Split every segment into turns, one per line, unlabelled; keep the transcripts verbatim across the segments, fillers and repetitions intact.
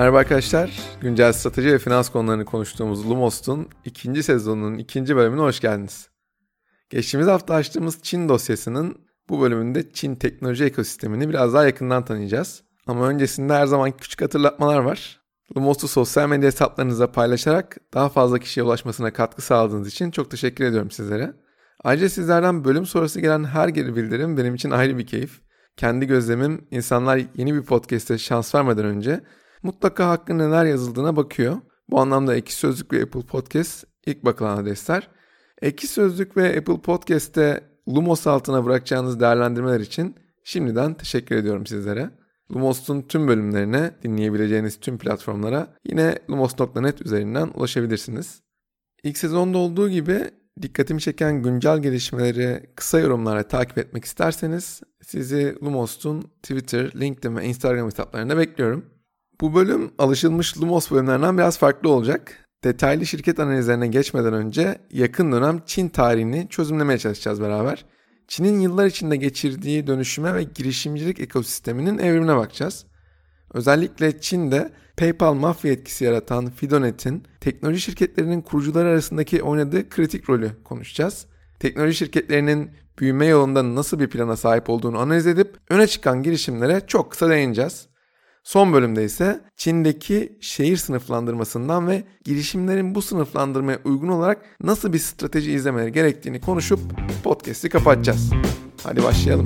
Merhaba arkadaşlar, güncel strateji ve finans konularını konuştuğumuz Lumos'un ikinci sezonunun ikinci bölümüne hoş geldiniz. Geçtiğimiz hafta açtığımız Çin dosyasının bu bölümünde Çin teknoloji ekosistemini biraz daha yakından tanıyacağız. Ama öncesinde her zaman küçük hatırlatmalar var. Lumos'u sosyal medya hesaplarınıza paylaşarak daha fazla kişiye ulaşmasına katkı sağladığınız için çok teşekkür ediyorum sizlere. Ayrıca sizlerden bölüm sonrası gelen her geri bildirim benim için ayrı bir keyif. Kendi gözlemim, insanlar yeni bir podcast'e şans vermeden önce mutlaka hakkında neler yazıldığına bakıyor. Bu anlamda Ekşi Sözlük ve Apple Podcast ilk bakılan adresler. Ekşi Sözlük ve Apple Podcast'te Lumos altına bırakacağınız değerlendirmeler için şimdiden teşekkür ediyorum sizlere. Lumos'un tüm bölümlerine, dinleyebileceğiniz tüm platformlara yine lumos nokta net üzerinden ulaşabilirsiniz. İlk sezonda olduğu gibi dikkatimi çeken güncel gelişmeleri kısa yorumlarla takip etmek isterseniz sizi Lumos'un Twitter, LinkedIn ve Instagram hesaplarında bekliyorum. Bu bölüm alışılmış Lumos bölümlerinden biraz farklı olacak. Detaylı şirket analizlerine geçmeden önce yakın dönem Çin tarihini çözümlemeye çalışacağız beraber. Çin'in yıllar içinde geçirdiği dönüşüme ve girişimcilik ekosisteminin evrimine bakacağız. Özellikle Çin'de PayPal mafya etkisi yaratan Fidonet'in teknoloji şirketlerinin kurucuları arasındaki oynadığı kritik rolü konuşacağız. Teknoloji şirketlerinin büyüme yolunda nasıl bir plana sahip olduğunu analiz edip öne çıkan girişimlere çok kısa değineceğiz. Son bölümde ise Çin'deki şehir sınıflandırmasından ve girişimlerin bu sınıflandırmaya uygun olarak nasıl bir strateji izlemeleri gerektiğini konuşup podcast'i kapatacağız. Hadi başlayalım.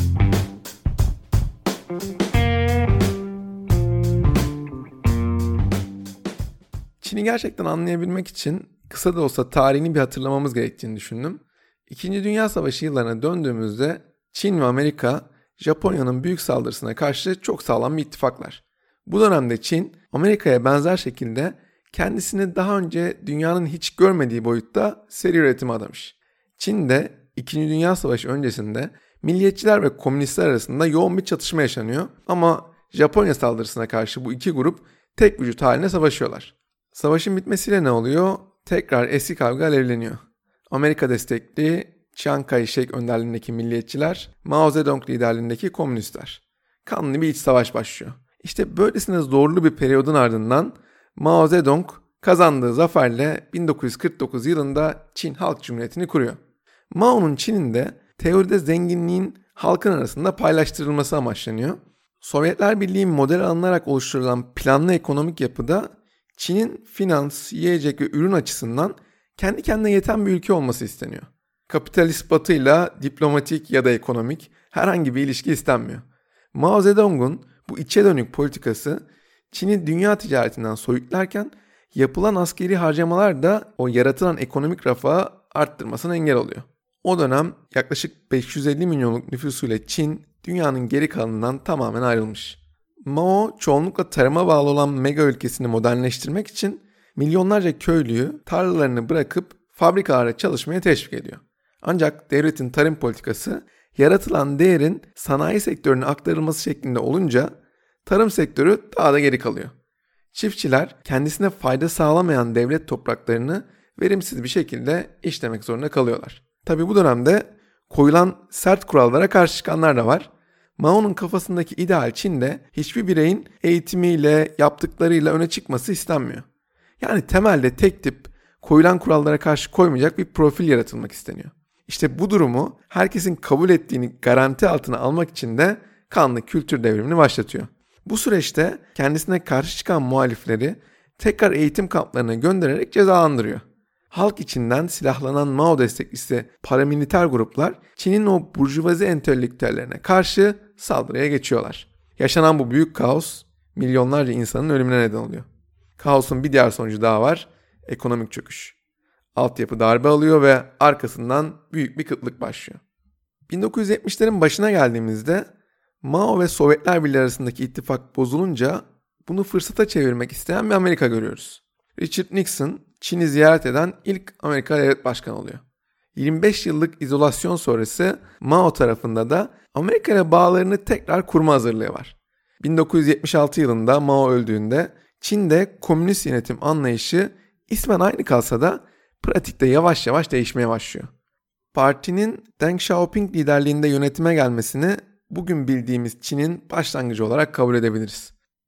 Çin'i gerçekten anlayabilmek için kısa da olsa tarihini bir hatırlamamız gerektiğini düşündüm. İkinci Dünya Savaşı yıllarına döndüğümüzde Çin ve Amerika, Japonya'nın büyük saldırısına karşı çok sağlam bir ittifaklar. Bu dönemde Çin, Amerika'ya benzer şekilde kendisini daha önce dünyanın hiç görmediği boyutta seri üretime adamış. Çin'de İkinci Dünya Savaşı öncesinde milliyetçiler ve komünistler arasında yoğun bir çatışma yaşanıyor ama Japonya saldırısına karşı bu iki grup tek vücut haline savaşıyorlar. Savaşın bitmesiyle ne oluyor? Tekrar eski kavga alevleniyor. Amerika destekli Chiang Kai-shek önderliğindeki milliyetçiler, Mao Zedong liderliğindeki komünistler. Kanlı bir iç savaş başlıyor. İşte böylesine zorlu bir periyodun ardından Mao Zedong kazandığı zaferle bin dokuz yüz kırk dokuz yılında Çin Halk Cumhuriyeti'ni kuruyor. Mao'nun Çin'inde teoride zenginliğin halkın arasında paylaştırılması amaçlanıyor. Sovyetler Birliği model alınarak oluşturulan planlı ekonomik yapıda Çin'in finans, yiyecek ve ürün açısından kendi kendine yeten bir ülke olması isteniyor. Kapitalist batıyla diplomatik ya da ekonomik herhangi bir ilişki istenmiyor. Mao Zedong'un bu içe dönük politikası Çin'i dünya ticaretinden soyutlarken yapılan askeri harcamalar da o yaratılan ekonomik refahı arttırmasına engel oluyor. O dönem yaklaşık beş yüz elli milyonluk nüfusuyla Çin dünyanın geri kalanından tamamen ayrılmış. Mao çoğunlukla tarıma bağlı olan mega ülkesini modernleştirmek için milyonlarca köylüyü tarlalarını bırakıp fabrikalara çalışmaya teşvik ediyor. Ancak devletin tarım politikası yaratılan değerin sanayi sektörüne aktarılması şeklinde olunca tarım sektörü daha da geri kalıyor. Çiftçiler kendisine fayda sağlamayan devlet topraklarını verimsiz bir şekilde işlemek zorunda kalıyorlar. Tabi bu dönemde koyulan sert kurallara karşı çıkanlar da var. Mao'nun kafasındaki ideal Çin'de hiçbir bireyin eğitimiyle, yaptıklarıyla öne çıkması istenmiyor. Yani temelde tek tip, koyulan kurallara karşı koymayacak bir profil yaratılmak isteniyor. İşte bu durumu herkesin kabul ettiğini garanti altına almak için de kanlı kültür devrimini başlatıyor. Bu süreçte kendisine karşı çıkan muhalifleri tekrar eğitim kamplarına göndererek cezalandırıyor. Halk içinden silahlanan Mao desteklisi paramiliter gruplar Çin'in o burjuvazi entelektüellerine karşı saldırıya geçiyorlar. Yaşanan bu büyük kaos milyonlarca insanın ölümüne neden oluyor. Kaosun bir diğer sonucu daha var, ekonomik çöküş. Altyapı darbe alıyor ve arkasından büyük bir kıtlık başlıyor. bin dokuz yüz yetmişlerin başına geldiğimizde Mao ve Sovyetler Birliği arasındaki ittifak bozulunca bunu fırsata çevirmek isteyen bir Amerika görüyoruz. Richard Nixon Çin'i ziyaret eden ilk Amerika devlet başkanı oluyor. yirmi beş yıllık izolasyon sonrası Mao tarafında da Amerika ile bağlarını tekrar kurma hazırlığı var. bin dokuz yüz yetmiş altı yılında Mao öldüğünde Çin'de komünist yönetim anlayışı ismen aynı kalsa da pratikte yavaş yavaş değişmeye başlıyor. Partinin Deng Xiaoping liderliğinde yönetime gelmesini bugün bildiğimiz Çin'in başlangıcı olarak kabul edebiliriz.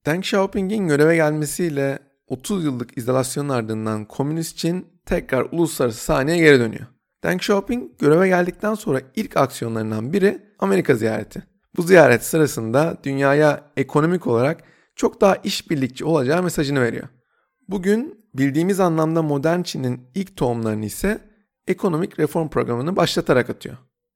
Deng Xiaoping'in göreve gelmesiyle otuz yıllık izolasyonun ardından Komünist Çin tekrar uluslararası sahneye geri dönüyor. Deng Xiaoping göreve geldikten sonra ilk aksiyonlarından biri Amerika ziyareti. Bu ziyaret sırasında dünyaya ekonomik olarak çok daha işbirlikçi olacağı mesajını veriyor. Bugün bildiğimiz anlamda modern Çin'in ilk tohumlarını ise ekonomik reform programını başlatarak atıyor.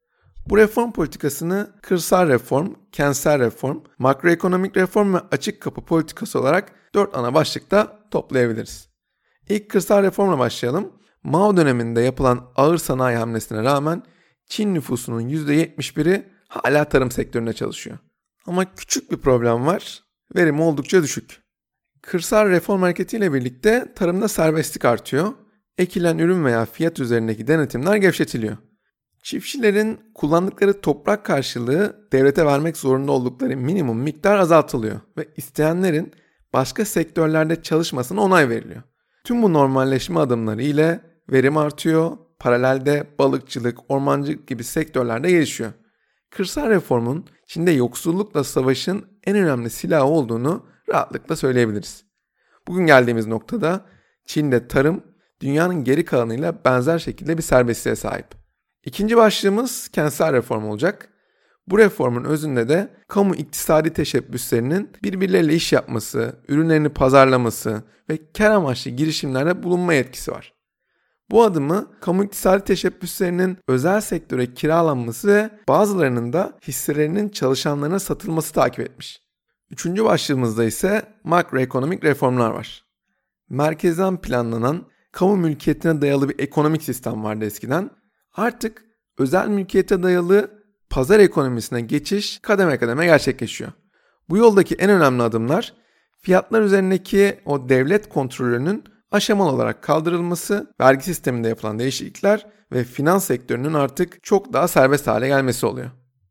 Bu reform politikasını kırsal reform, kentsel reform, makroekonomik reform ve açık kapı politikası olarak dört ana başlıkta toplayabiliriz. İlk kırsal reformla başlayalım. Mao döneminde yapılan ağır sanayi hamlesine rağmen Çin nüfusunun yüzde yetmiş biri hala tarım sektöründe çalışıyor. Ama küçük bir problem var, verim oldukça düşük. Kırsal reform hareketiyle birlikte tarımda serbestlik artıyor, ekilen ürün veya fiyat üzerindeki denetimler gevşetiliyor. Çiftçilerin kullandıkları toprak karşılığı devlete vermek zorunda oldukları minimum miktar azaltılıyor ve isteyenlerin başka sektörlerde çalışmasına onay veriliyor. Tüm bu normalleşme adımları ile verim artıyor, paralelde balıkçılık, ormancılık gibi sektörlerde gelişiyor. Kırsal reformun Çin'de yoksullukla savaşın en önemli silahı olduğunu rahatlıkla söyleyebiliriz. Bugün geldiğimiz noktada Çin'de tarım dünyanın geri kalanıyla benzer şekilde bir serbestliğe sahip. İkinci başlığımız kentsel reform olacak. Bu reformun özünde de kamu iktisadi teşebbüslerinin birbirleriyle iş yapması, ürünlerini pazarlaması ve kar amaçlı girişimlerde bulunma yetkisi var. Bu adımı kamu iktisadi teşebbüslerinin özel sektöre kiralanması ve bazılarının da hisselerinin çalışanlarına satılması takip etmiş. Üçüncü başlığımızda ise makroekonomik reformlar var. Merkezden planlanan kamu mülkiyetine dayalı bir ekonomik sistem vardı eskiden. Artık özel mülkiyete dayalı pazar ekonomisine geçiş kademe kademe gerçekleşiyor. Bu yoldaki en önemli adımlar fiyatlar üzerindeki o devlet kontrolünün aşamalı olarak kaldırılması, vergi sisteminde yapılan değişiklikler ve finans sektörünün artık çok daha serbest hale gelmesi oluyor.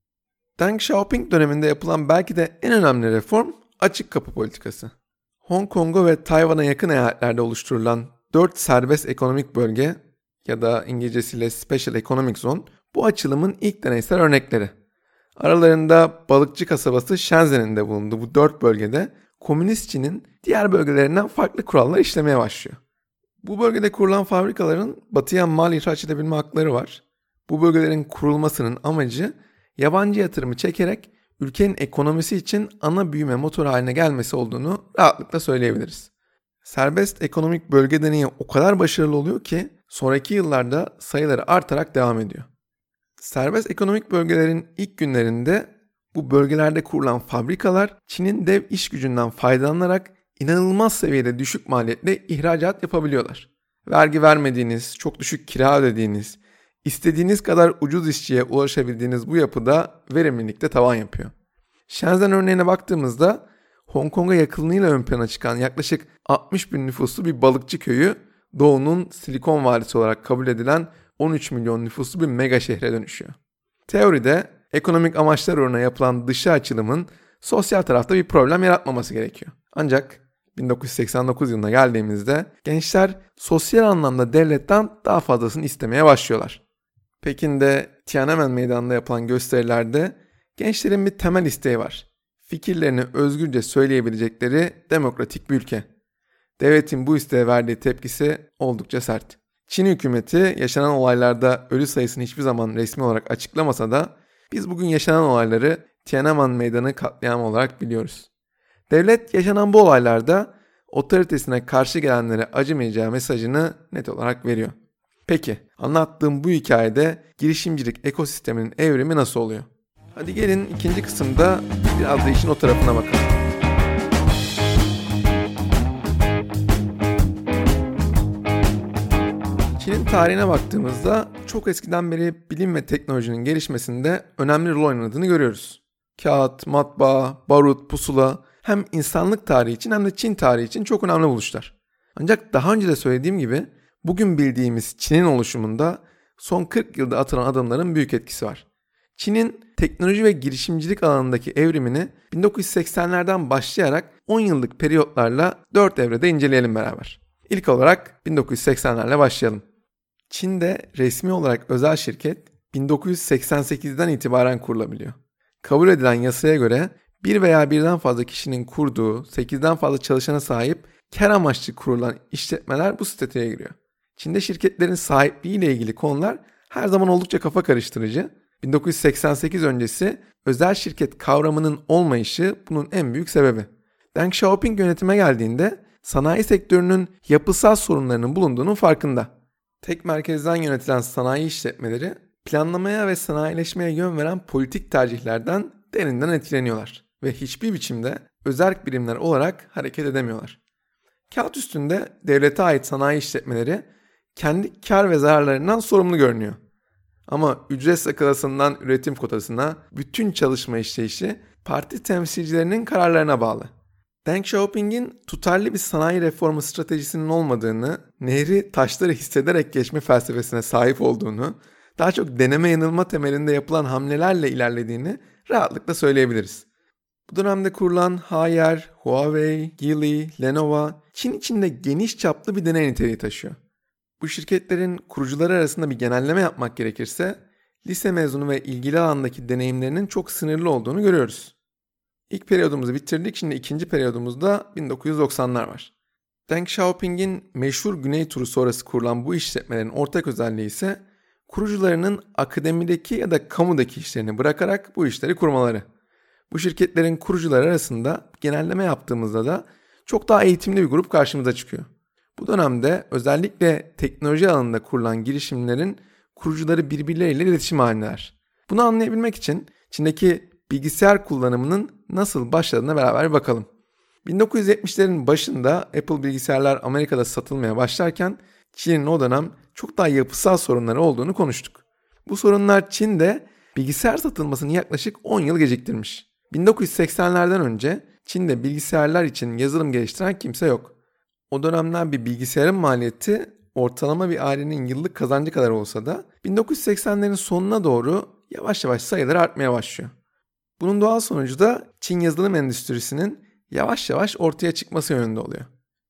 Deng Xiaoping döneminde yapılan belki de en önemli reform açık kapı politikası. Hong Kong'a ve Tayvan'a yakın eyaletlerde oluşturulan dört serbest ekonomik bölge ya da İngilizcesiyle Special Economic Zone bu açılımın ilk deneysel örnekleri. Aralarında balıkçı kasabası Shenzhen'in de bulunduğu bu dört bölgede Komünist Çin'in diğer bölgelerinden farklı kurallar işlemeye başlıyor. Bu bölgede kurulan fabrikaların batıya mal ihraç edebilme hakları var. Bu bölgelerin kurulmasının amacı yabancı yatırımı çekerek ülkenin ekonomisi için ana büyüme motoru haline gelmesi olduğunu rahatlıkla söyleyebiliriz. Serbest ekonomik bölge deneyi o kadar başarılı oluyor ki sonraki yıllarda sayıları artarak devam ediyor. Serbest ekonomik bölgelerin ilk günlerinde bu bölgelerde kurulan fabrikalar Çin'in dev iş gücünden faydalanarak inanılmaz seviyede düşük maliyetle ihracat yapabiliyorlar. Vergi vermediğiniz, çok düşük kira ödediğiniz, istediğiniz kadar ucuz işçiye ulaşabildiğiniz bu yapıda verimlilikte tavan yapıyor. Shenzhen örneğine baktığımızda Hong Kong'a yakınlığıyla ön plana çıkan yaklaşık altmış bin nüfuslu bir balıkçı köyü Doğu'nun Silikon Vadisi olarak kabul edilen on üç milyon nüfuslu bir mega şehre dönüşüyor. Teoride ekonomik amaçlar uğruna yapılan dışı açılımın sosyal tarafta bir problem yaratmaması gerekiyor. Ancak bin dokuz yüz seksen dokuz yılına geldiğimizde gençler sosyal anlamda devletten daha fazlasını istemeye başlıyorlar. Pekin'de Tiananmen Meydanı'nda yapılan gösterilerde gençlerin bir temel isteği var. Fikirlerini özgürce söyleyebilecekleri demokratik bir ülke. Devletin bu isteğe verdiği tepkisi oldukça sert. Çin hükümeti yaşanan olaylarda ölü sayısını hiçbir zaman resmi olarak açıklamasa da biz bugün yaşanan olayları Tiananmen Meydanı katliamı olarak biliyoruz. Devlet yaşanan bu olaylarda otoritesine karşı gelenlere acımayacağı mesajını net olarak veriyor. Peki anlattığım bu hikayede girişimcilik ekosisteminin evrimi nasıl oluyor? Hadi gelin ikinci kısımda biraz da işin o tarafına bakalım. Çin'in tarihine baktığımızda çok eskiden beri bilim ve teknolojinin gelişmesinde önemli rol oynadığını görüyoruz. Kağıt, matbaa, barut, pusula hem insanlık tarihi için hem de Çin tarihi için çok önemli buluşlar. Ancak daha önce de söylediğim gibi bugün bildiğimiz Çin'in oluşumunda son kırk yılda atılan adımların büyük etkisi var. Çin'in teknoloji ve girişimcilik alanındaki evrimini bin dokuz yüz seksenlerden başlayarak on yıllık periyotlarla dört evrede inceleyelim beraber. İlk olarak bin dokuz yüz seksenlerle başlayalım. Çin'de resmi olarak özel şirket bin dokuz yüz seksen sekizden itibaren kurulabiliyor. Kabul edilen yasaya göre bir veya birden fazla kişinin kurduğu, sekizden fazla çalışana sahip kar amaçlı kurulan işletmeler bu statüye giriyor. Çin'de şirketlerin sahipliğiyle ilgili konular her zaman oldukça kafa karıştırıcı. bin dokuz yüz seksen sekiz öncesi özel şirket kavramının olmayışı bunun en büyük sebebi. Deng Xiaoping yönetime geldiğinde sanayi sektörünün yapısal sorunlarının bulunduğunun farkında. Tek merkezden yönetilen sanayi işletmeleri planlamaya ve sanayileşmeye yön veren politik tercihlerden derinden etkileniyorlar ve hiçbir biçimde özerk birimler olarak hareket edemiyorlar. Kağıt üstünde devlete ait sanayi işletmeleri kendi kar ve zararlarından sorumlu görünüyor. Ama ücret skalasından üretim kotasına bütün çalışma işleyişi parti temsilcilerinin kararlarına bağlı. Deng Xiaoping'in tutarlı bir sanayi reformu stratejisinin olmadığını, nehri taşları hissederek geçme felsefesine sahip olduğunu, daha çok deneme yanılma temelinde yapılan hamlelerle ilerlediğini rahatlıkla söyleyebiliriz. Bu dönemde kurulan Haier, Huawei, Geely, Lenovo, Çin içinde geniş çaplı bir deney niteliği taşıyor. Bu şirketlerin kurucuları arasında bir genelleme yapmak gerekirse, lise mezunu ve ilgili alandaki deneyimlerinin çok sınırlı olduğunu görüyoruz. İlk periyodumuzu bitirdik, şimdi ikinci periyodumuzda bin dokuz yüz doksanlar var. Deng Xiaoping'in meşhur Güney Turu sonrası kurulan bu işletmelerin ortak özelliği ise kurucularının akademideki ya da kamudaki işlerini bırakarak bu işleri kurmaları. Bu şirketlerin kurucuları arasında genelleme yaptığımızda da çok daha eğitimli bir grup karşımıza çıkıyor. Bu dönemde özellikle teknoloji alanında kurulan girişimlerin kurucuları birbirleriyle iletişim halindeler. Bunu anlayabilmek için Çin'deki bilgisayar kullanımının nasıl başladığına beraber bakalım. bin dokuz yüz yetmişlerin başında Apple bilgisayarlar Amerika'da satılmaya başlarken Çin'in o dönem çok daha yapısal sorunları olduğunu konuştuk. Bu sorunlar Çin'de bilgisayar satılmasını yaklaşık on yıl geciktirmiş. bin dokuz yüz seksenlerden önce Çin'de bilgisayarlar için yazılım geliştiren kimse yok. O dönemler bir bilgisayarın maliyeti ortalama bir ailenin yıllık kazancı kadar olsa da bin dokuz yüz seksenlerin sonuna doğru yavaş yavaş sayıları artmaya başlıyor. Bunun doğal sonucu da Çin yazılım endüstrisinin yavaş yavaş ortaya çıkması yönünde oluyor.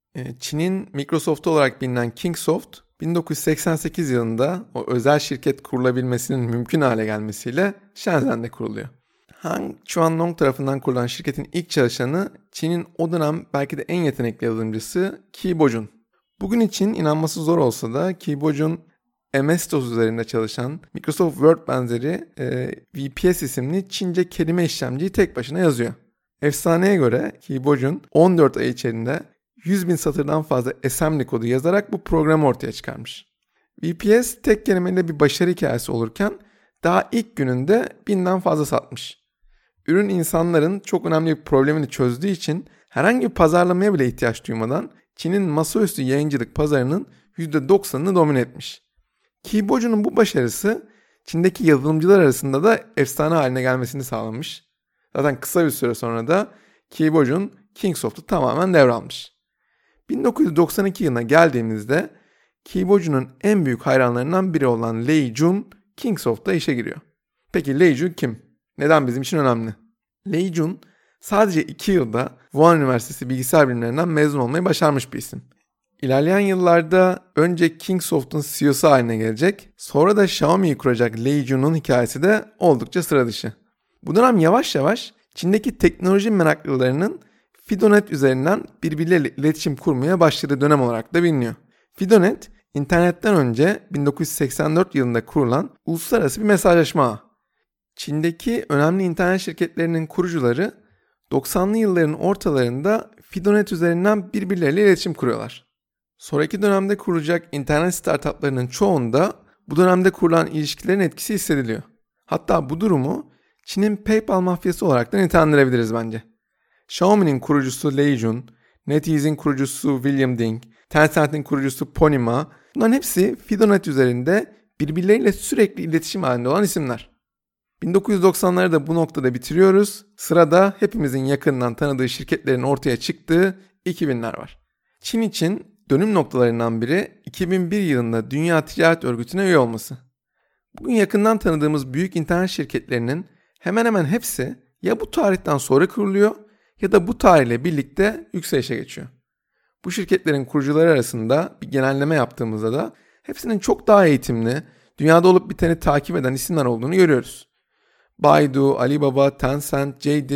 Çin'in Microsoft olarak bilinen Kingsoft, bin dokuz yüz seksen sekiz yılında o özel şirket kurulabilmesinin mümkün hale gelmesiyle Shenzhen'de kuruluyor. Han Chuanlong tarafından kurulan şirketin ilk çalışanı Çin'in o dönem belki de en yetenekli yazılımcısı Qi Bojun. Bugün için inanması zor olsa da Qi Bojun M S-DOS üzerinde çalışan Microsoft Word benzeri e, V P S isimli Çince kelime işlemciyi tek başına yazıyor. Efsaneye göre Qi Bojun on dört ay içerisinde yüz bin satırdan fazla assembly kodu yazarak bu programı ortaya çıkarmış. V P S tek kelimeyle bir başarı hikayesi olurken daha ilk gününde binden fazla satmış. Ürün insanların çok önemli bir problemini çözdüğü için herhangi bir pazarlamaya bile ihtiyaç duymadan Çin'in masaüstü yayıncılık pazarının yüzde doksanını domine etmiş. Qi Bojun'un bu başarısı Çin'deki yazılımcılar arasında da efsane haline gelmesini sağlamış. Zaten kısa bir süre sonra da Qi Bojun Kingsoft'u tamamen devralmış. bin dokuz yüz doksan iki yılına geldiğimizde Qi Bojun'un en büyük hayranlarından biri olan Lei Jun Kingsoft'ta işe giriyor. Peki Lei Jun kim? Neden bizim için önemli? Lei Jun sadece iki yılda Wuhan Üniversitesi Bilgisayar Bilimlerinden mezun olmayı başarmış bir isim. İlerleyen yıllarda önce Kingsoft'un C E O'su haline gelecek, sonra da Xiaomi'yi kuracak Lei Jun'un hikayesi de oldukça sıra dışı. Bu dönem yavaş yavaş Çin'deki teknoloji meraklılarının FidoNet üzerinden birbirleriyle iletişim kurmaya başladığı dönem olarak da biliniyor. FidoNet, internetten önce bin dokuz yüz seksen dört yılında kurulan uluslararası bir mesajlaşma ağı. Çin'deki önemli internet şirketlerinin kurucuları doksanlı yılların ortalarında FidoNet üzerinden birbirleriyle iletişim kuruyorlar. Sonraki dönemde kurulacak internet startuplarının çoğunda bu dönemde kurulan ilişkilerin etkisi hissediliyor. Hatta bu durumu Çin'in PayPal mafyası olarak da nitelendirebiliriz bence. Xiaomi'nin kurucusu Lei Jun, NetEase'in kurucusu William Ding, Tencent'in kurucusu Pony Ma, bunların hepsi FidoNet üzerinde birbirleriyle sürekli iletişim halinde olan isimler. bin dokuz yüz doksanları da bu noktada bitiriyoruz. Sırada hepimizin yakından tanıdığı şirketlerin ortaya çıktığı iki binler var. Çin için dönüm noktalarından biri iki bin bir yılında Dünya Ticaret Örgütü'ne üye olması. Bugün yakından tanıdığımız büyük internet şirketlerinin hemen hemen hepsi ya bu tarihten sonra kuruluyor ya da bu tarihle birlikte yükselişe geçiyor. Bu şirketlerin kurucuları arasında bir genelleme yaptığımızda da hepsinin çok daha eğitimli, dünyada olup biteni takip eden isimler olduğunu görüyoruz. Baidu, Alibaba, Tencent, J D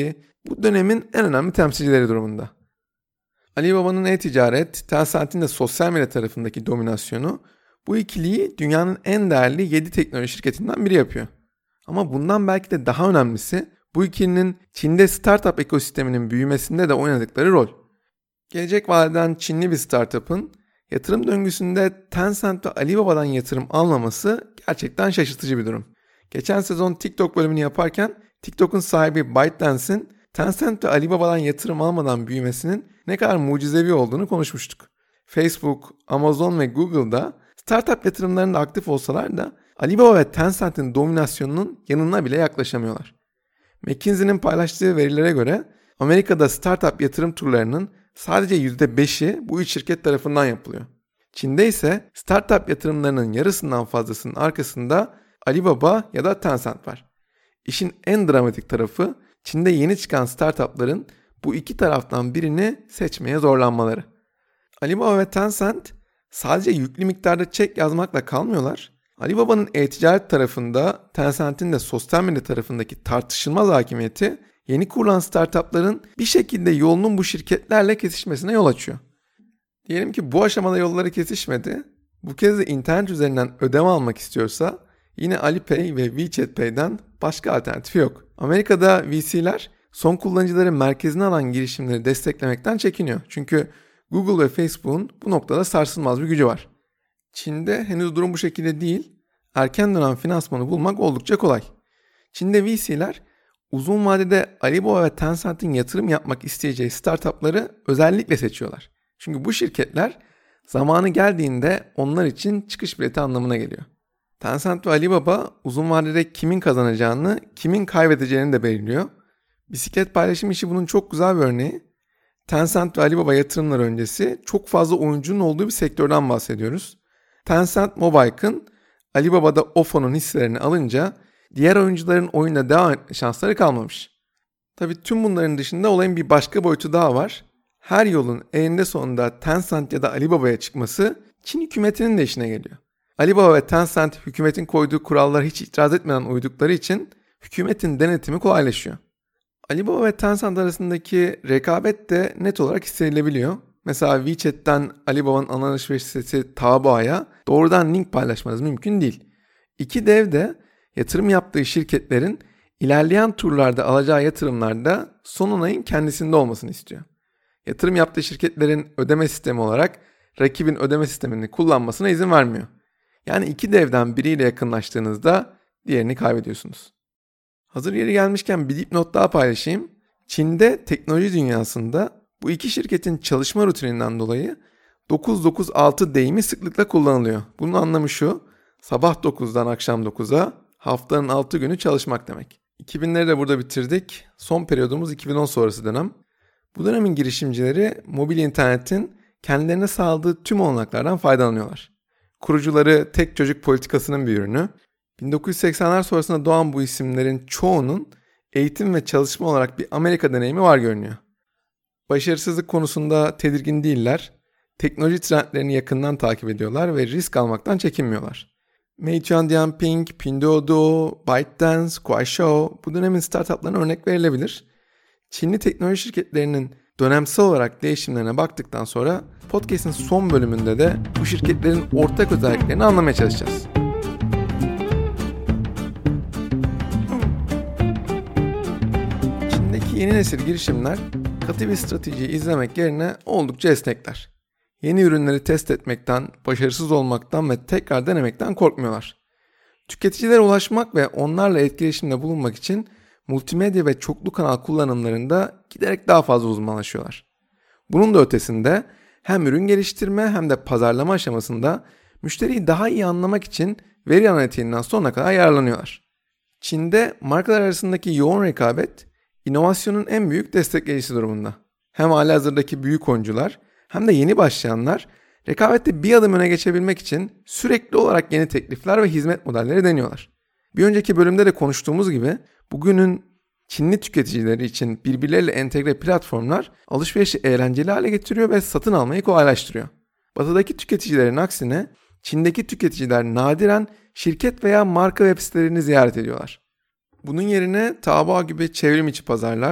bu dönemin en önemli temsilcileri durumunda. Alibaba'nın e-ticaret, Tencent'in de sosyal medya tarafındaki dominasyonu bu ikiliyi dünyanın en değerli yedi teknoloji şirketinden biri yapıyor. Ama bundan belki de daha önemlisi bu ikilinin Çin'de startup ekosisteminin büyümesinde de oynadıkları rol. Gelecek vadeden Çinli bir startup'ın yatırım döngüsünde Tencent ve Alibaba'dan yatırım almaması gerçekten şaşırtıcı bir durum. Geçen sezon TikTok bölümünü yaparken TikTok'un sahibi ByteDance'in Tencent ve Alibaba'dan yatırım almadan büyümesinin ne kadar mucizevi olduğunu konuşmuştuk. Facebook, Amazon ve Google'da startup yatırımlarında aktif olsalar da Alibaba ve Tencent'in dominasyonunun yanına bile yaklaşamıyorlar. McKinsey'nin paylaştığı verilere göre Amerika'da startup yatırım turlarının sadece yüzde beşi bu üç şirket tarafından yapılıyor. Çin'de ise startup yatırımlarının yarısından fazlasının arkasında Alibaba ya da Tencent var. İşin en dramatik tarafı Çin'de yeni çıkan startupların bu iki taraftan birini seçmeye zorlanmaları. Alibaba ve Tencent sadece yüklü miktarda çek yazmakla kalmıyorlar. Alibaba'nın e-ticaret tarafında, Tencent'in de sosyal medya tarafındaki tartışılmaz hakimiyeti yeni kurulan startupların bir şekilde yolunun bu şirketlerle kesişmesine yol açıyor. Diyelim ki bu aşamada yolları kesişmedi. Bu kez de internet üzerinden ödeme almak istiyorsa yine Alipay ve WeChat Pay'den başka alternatifi yok. Amerika'da V C'ler son kullanıcıları merkezine alan girişimleri desteklemekten çekiniyor. Çünkü Google ve Facebook'un bu noktada sarsılmaz bir gücü var. Çin'de henüz durum bu şekilde değil. Erken dönem finansmanı bulmak oldukça kolay. Çin'de V C'ler uzun vadede Alibaba ve Tencent'in yatırım yapmak isteyeceği startupları özellikle seçiyorlar. Çünkü bu şirketler zamanı geldiğinde onlar için çıkış bileti anlamına geliyor. Tencent ve Alibaba uzun vadede kimin kazanacağını, kimin kaybedeceğini de belirliyor. Bisiklet paylaşım işi bunun çok güzel bir örneği. Tencent ve Alibaba yatırımları öncesi çok fazla oyuncunun olduğu bir sektörden bahsediyoruz. Tencent Mobile'ın Alibaba'da Offo'nun hisselerini alınca diğer oyuncuların oyuna devam etme şansları kalmamış. Tabii tüm bunların dışında olayın bir başka boyutu daha var. Her yolun eninde sonunda Tencent ya da Alibaba'ya çıkması Çin hükümetinin de işine geliyor. Alibaba ve Tencent hükümetin koyduğu kurallara hiç itiraz etmeden uydukları için hükümetin denetimi kolaylaşıyor. Alibaba ve Tencent arasındaki rekabet de net olarak hissedilebiliyor. Mesela WeChat'ten Alibaba'nın ana alışveriş sitesi Taobao'ya doğrudan link paylaşmanız mümkün değil. İki dev de yatırım yaptığı şirketlerin ilerleyen turlarda alacağı yatırımlarda son onayın kendisinde olmasını istiyor. Yatırım yaptığı şirketlerin ödeme sistemi olarak rakibin ödeme sistemini kullanmasına izin vermiyor. Yani iki devden biriyle yakınlaştığınızda diğerini kaybediyorsunuz. Hazır yeri gelmişken bir dipnot daha paylaşayım. Çin'de teknoloji dünyasında bu iki şirketin çalışma rutininden dolayı dokuz dokuz altı deyimi sıklıkla kullanılıyor. Bunun anlamı şu: sabah dokuzdan akşam dokuza haftanın altı günü çalışmak demek. iki binleri de burada bitirdik. Son periyodumuz iki bin on sonrası dönem. Bu dönemin girişimcileri mobil internetin kendilerine sağladığı tüm olanaklardan faydalanıyorlar. Kurucuları tek çocuk politikasının bir ürünü. bin dokuz yüz seksenler sonrasında doğan bu isimlerin çoğunun eğitim ve çalışma olarak bir Amerika deneyimi var görünüyor. Başarısızlık konusunda tedirgin değiller. Teknoloji trendlerini yakından takip ediyorlar ve risk almaktan çekinmiyorlar. Meituan Dianping, Pinduoduo, ByteDance, Kuaishou bu dönemin startuplarına örnek verilebilir. Çinli teknoloji şirketlerinin dönemsel olarak değişimlerine baktıktan sonra podcast'in son bölümünde de bu şirketlerin ortak özelliklerini anlamaya çalışacağız. Çin'deki yeni nesil girişimler katı bir stratejiyi izlemek yerine oldukça esnekler. Yeni ürünleri test etmekten, başarısız olmaktan ve tekrar denemekten korkmuyorlar. Tüketicilere ulaşmak ve onlarla etkileşimde bulunmak için multimedya ve çoklu kanal kullanımlarında giderek daha fazla uzmanlaşıyorlar. Bunun da ötesinde hem ürün geliştirme hem de pazarlama aşamasında müşteriyi daha iyi anlamak için veri analitiğinden sonuna kadar yararlanıyorlar. Çin'de markalar arasındaki yoğun rekabet inovasyonun en büyük destekleyicisi durumunda. Hem halihazırdaki büyük oyuncular hem de yeni başlayanlar rekabette bir adım öne geçebilmek için sürekli olarak yeni teklifler ve hizmet modelleri deniyorlar. Bir önceki bölümde de konuştuğumuz gibi bugünün Çinli tüketicileri için birbirleriyle entegre platformlar alışverişi eğlenceli hale getiriyor ve satın almayı kolaylaştırıyor. Batıdaki tüketicilerin aksine Çin'deki tüketiciler nadiren şirket veya marka web sitelerini ziyaret ediyorlar. Bunun yerine Taobao gibi çevrim içi pazarlar,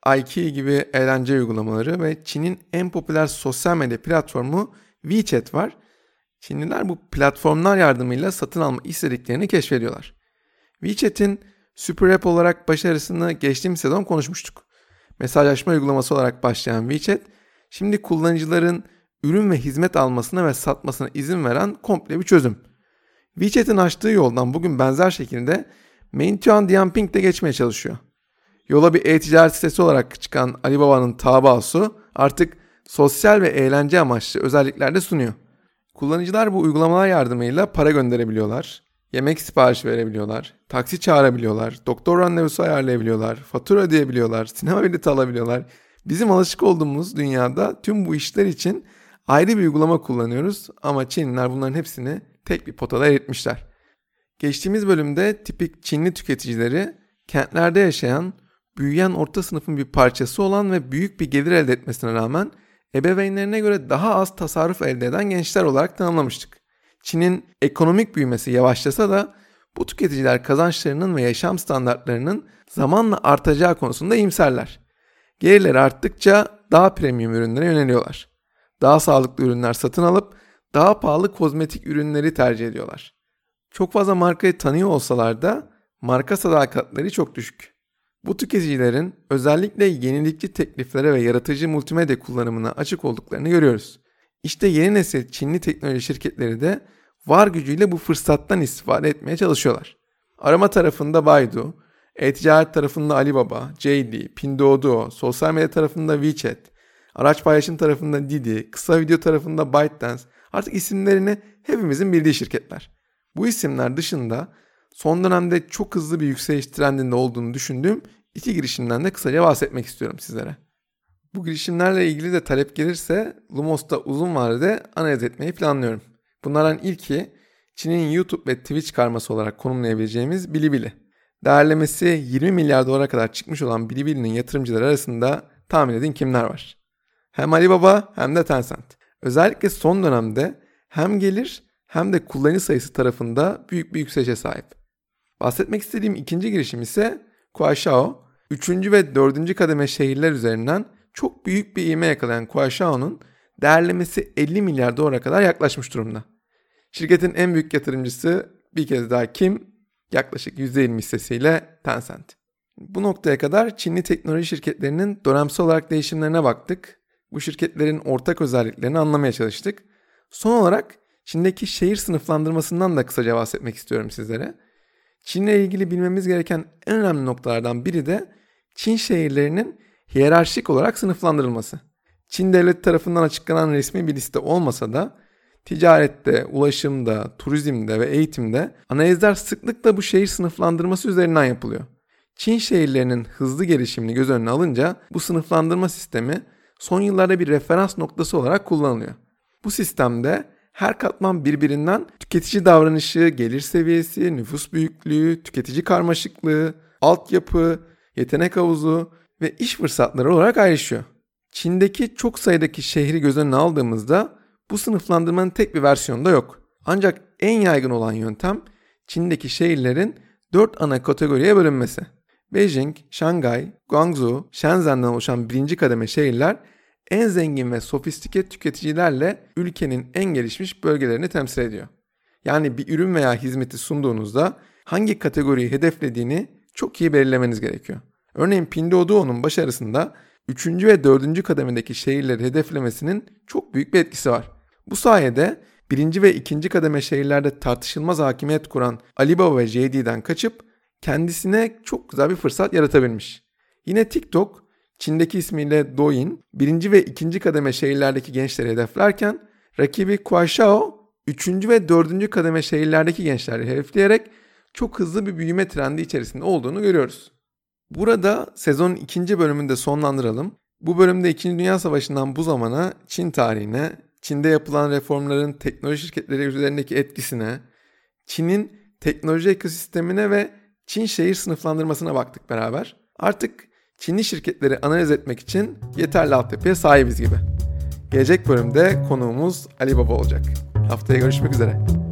iQIYI gibi eğlence uygulamaları ve Çin'in en popüler sosyal medya platformu WeChat var. Çinliler bu platformlar yardımıyla satın alma istediklerini keşfediyorlar. WeChat'in Super App olarak başarısını geçtiğimiz sezon konuşmuştuk. Mesajlaşma uygulaması olarak başlayan WeChat, şimdi kullanıcıların ürün ve hizmet almasına ve satmasına izin veren komple bir çözüm. WeChat'in açtığı yoldan bugün benzer şekilde Meituan Dianping de geçmeye çalışıyor. Yola bir e-ticaret sitesi olarak çıkan Alibaba'nın Taobao'su artık sosyal ve eğlence amaçlı özellikler de sunuyor. Kullanıcılar bu uygulamalar yardımıyla para gönderebiliyorlar, yemek siparişi verebiliyorlar, taksi çağırabiliyorlar, doktor randevusu ayarlayabiliyorlar, fatura ödeyebiliyorlar, sinema bileti alabiliyorlar. Bizim alışık olduğumuz dünyada tüm bu işler için ayrı bir uygulama kullanıyoruz ama Çinliler bunların hepsini tek bir potada eritmişler. Geçtiğimiz bölümde tipik Çinli tüketicileri kentlerde yaşayan, büyüyen orta sınıfın bir parçası olan ve büyük bir gelir elde etmesine rağmen ebeveynlerine göre daha az tasarruf elde eden gençler olarak tanımlamıştık. Çin'in ekonomik büyümesi yavaşlasa da bu tüketiciler kazançlarının ve yaşam standartlarının zamanla artacağı konusunda iyimserler. Gelirleri arttıkça daha premium ürünlere yöneliyorlar. Daha sağlıklı ürünler satın alıp daha pahalı kozmetik ürünleri tercih ediyorlar. Çok fazla markayı tanıyor olsalar da marka sadakatleri çok düşük. Bu tüketicilerin özellikle yenilikçi tekliflere ve yaratıcı multimedya kullanımına açık olduklarını görüyoruz. İşte yeni nesil Çinli teknoloji şirketleri de var gücüyle bu fırsattan istifade etmeye çalışıyorlar. Arama tarafında Baidu, e-ticaret tarafında Alibaba, J D, Pinduoduo, sosyal medya tarafında WeChat, araç paylaşım tarafında Didi, kısa video tarafında ByteDance, artık isimlerini hepimizin bildiği şirketler. Bu isimler dışında son dönemde çok hızlı bir yükseliş trendinde olduğunu düşündüğüm iki girişimden de kısaca bahsetmek istiyorum sizlere. Bu girişimlerle ilgili de talep gelirse Lumos'ta uzun vadede analiz etmeyi planlıyorum. Bunlardan ilki Çin'in YouTube ve Twitch karması olarak konumlayabileceğimiz Bilibili. Değerlemesi yirmi milyar dolara kadar çıkmış olan Bilibili'nin yatırımcıları arasında tahmin edin kimler var? Hem Alibaba hem de Tencent. Özellikle son dönemde hem gelir hem de kullanıcı sayısı tarafında büyük bir yükselişe sahip. Bahsetmek istediğim ikinci girişim ise Kuaishou. Üçüncü ve dördüncü kademe şehirler üzerinden çok büyük bir ivme yakalayan Kuaishou'nun değerlemesi elli milyar dolara kadar yaklaşmış durumda. Şirketin en büyük yatırımcısı bir kez daha kim? Yaklaşık yüzde yirmi hissesiyle Tencent. Bu noktaya kadar Çinli teknoloji şirketlerinin dönemsel olarak değişimlerine baktık. Bu şirketlerin ortak özelliklerini anlamaya çalıştık. Son olarak Çin'deki şehir sınıflandırmasından da kısaca bahsetmek istiyorum sizlere. Çin'le ilgili bilmemiz gereken en önemli noktalardan biri de Çin şehirlerinin hiyerarşik olarak sınıflandırılması. Çin devleti tarafından açıklanan resmi bir liste olmasa da ticarette, ulaşımda, turizmde ve eğitimde analizler sıklıkla bu şehir sınıflandırması üzerinden yapılıyor. Çin şehirlerinin hızlı gelişimini göz önüne alınca bu sınıflandırma sistemi son yıllarda bir referans noktası olarak kullanılıyor. Bu sistemde her katman birbirinden tüketici davranışı, gelir seviyesi, nüfus büyüklüğü, tüketici karmaşıklığı, altyapı, yetenek havuzu ve iş fırsatları olarak ayrışıyor. Çin'deki çok sayıdaki şehri göz önüne aldığımızda bu sınıflandırmanın tek bir versiyonu da yok. Ancak en yaygın olan yöntem Çin'deki şehirlerin dört ana kategoriye bölünmesi. Beijing, Şangay, Guangzhou, Shenzhen'den oluşan birinci kademe şehirler en zengin ve sofistike tüketicilerle ülkenin en gelişmiş bölgelerini temsil ediyor. Yani bir ürün veya hizmeti sunduğunuzda hangi kategoriyi hedeflediğini çok iyi belirlemeniz gerekiyor. Örneğin Pinduoduo'nun başarısında üçüncü ve dördüncü kademedeki şehirleri hedeflemesinin çok büyük bir etkisi var. Bu sayede birinci ve ikinci kademe şehirlerde tartışılmaz hakimiyet kuran Alibaba ve J D'den kaçıp kendisine çok güzel bir fırsat yaratabilmiş. Yine TikTok, Çin'deki ismiyle Douyin, birinci ve ikinci kademe şehirlerdeki gençleri hedeflerken rakibi Kuaishou, üçüncü ve dördüncü kademe şehirlerdeki gençleri hedefleyerek çok hızlı bir büyüme trendi içerisinde olduğunu görüyoruz. Burada sezonun ikinci bölümünde sonlandıralım. Bu bölümde İkinci Dünya Savaşı'ndan bu zamana Çin tarihine, Çin'de yapılan reformların teknoloji şirketleri üzerindeki etkisine, Çin'in teknoloji ekosistemine ve Çin şehir sınıflandırmasına baktık beraber. Artık Çinli şirketleri analiz etmek için yeterli altyapıya sahibiz gibi. Gelecek bölümde konuğumuz Alibaba olacak. Haftaya görüşmek üzere.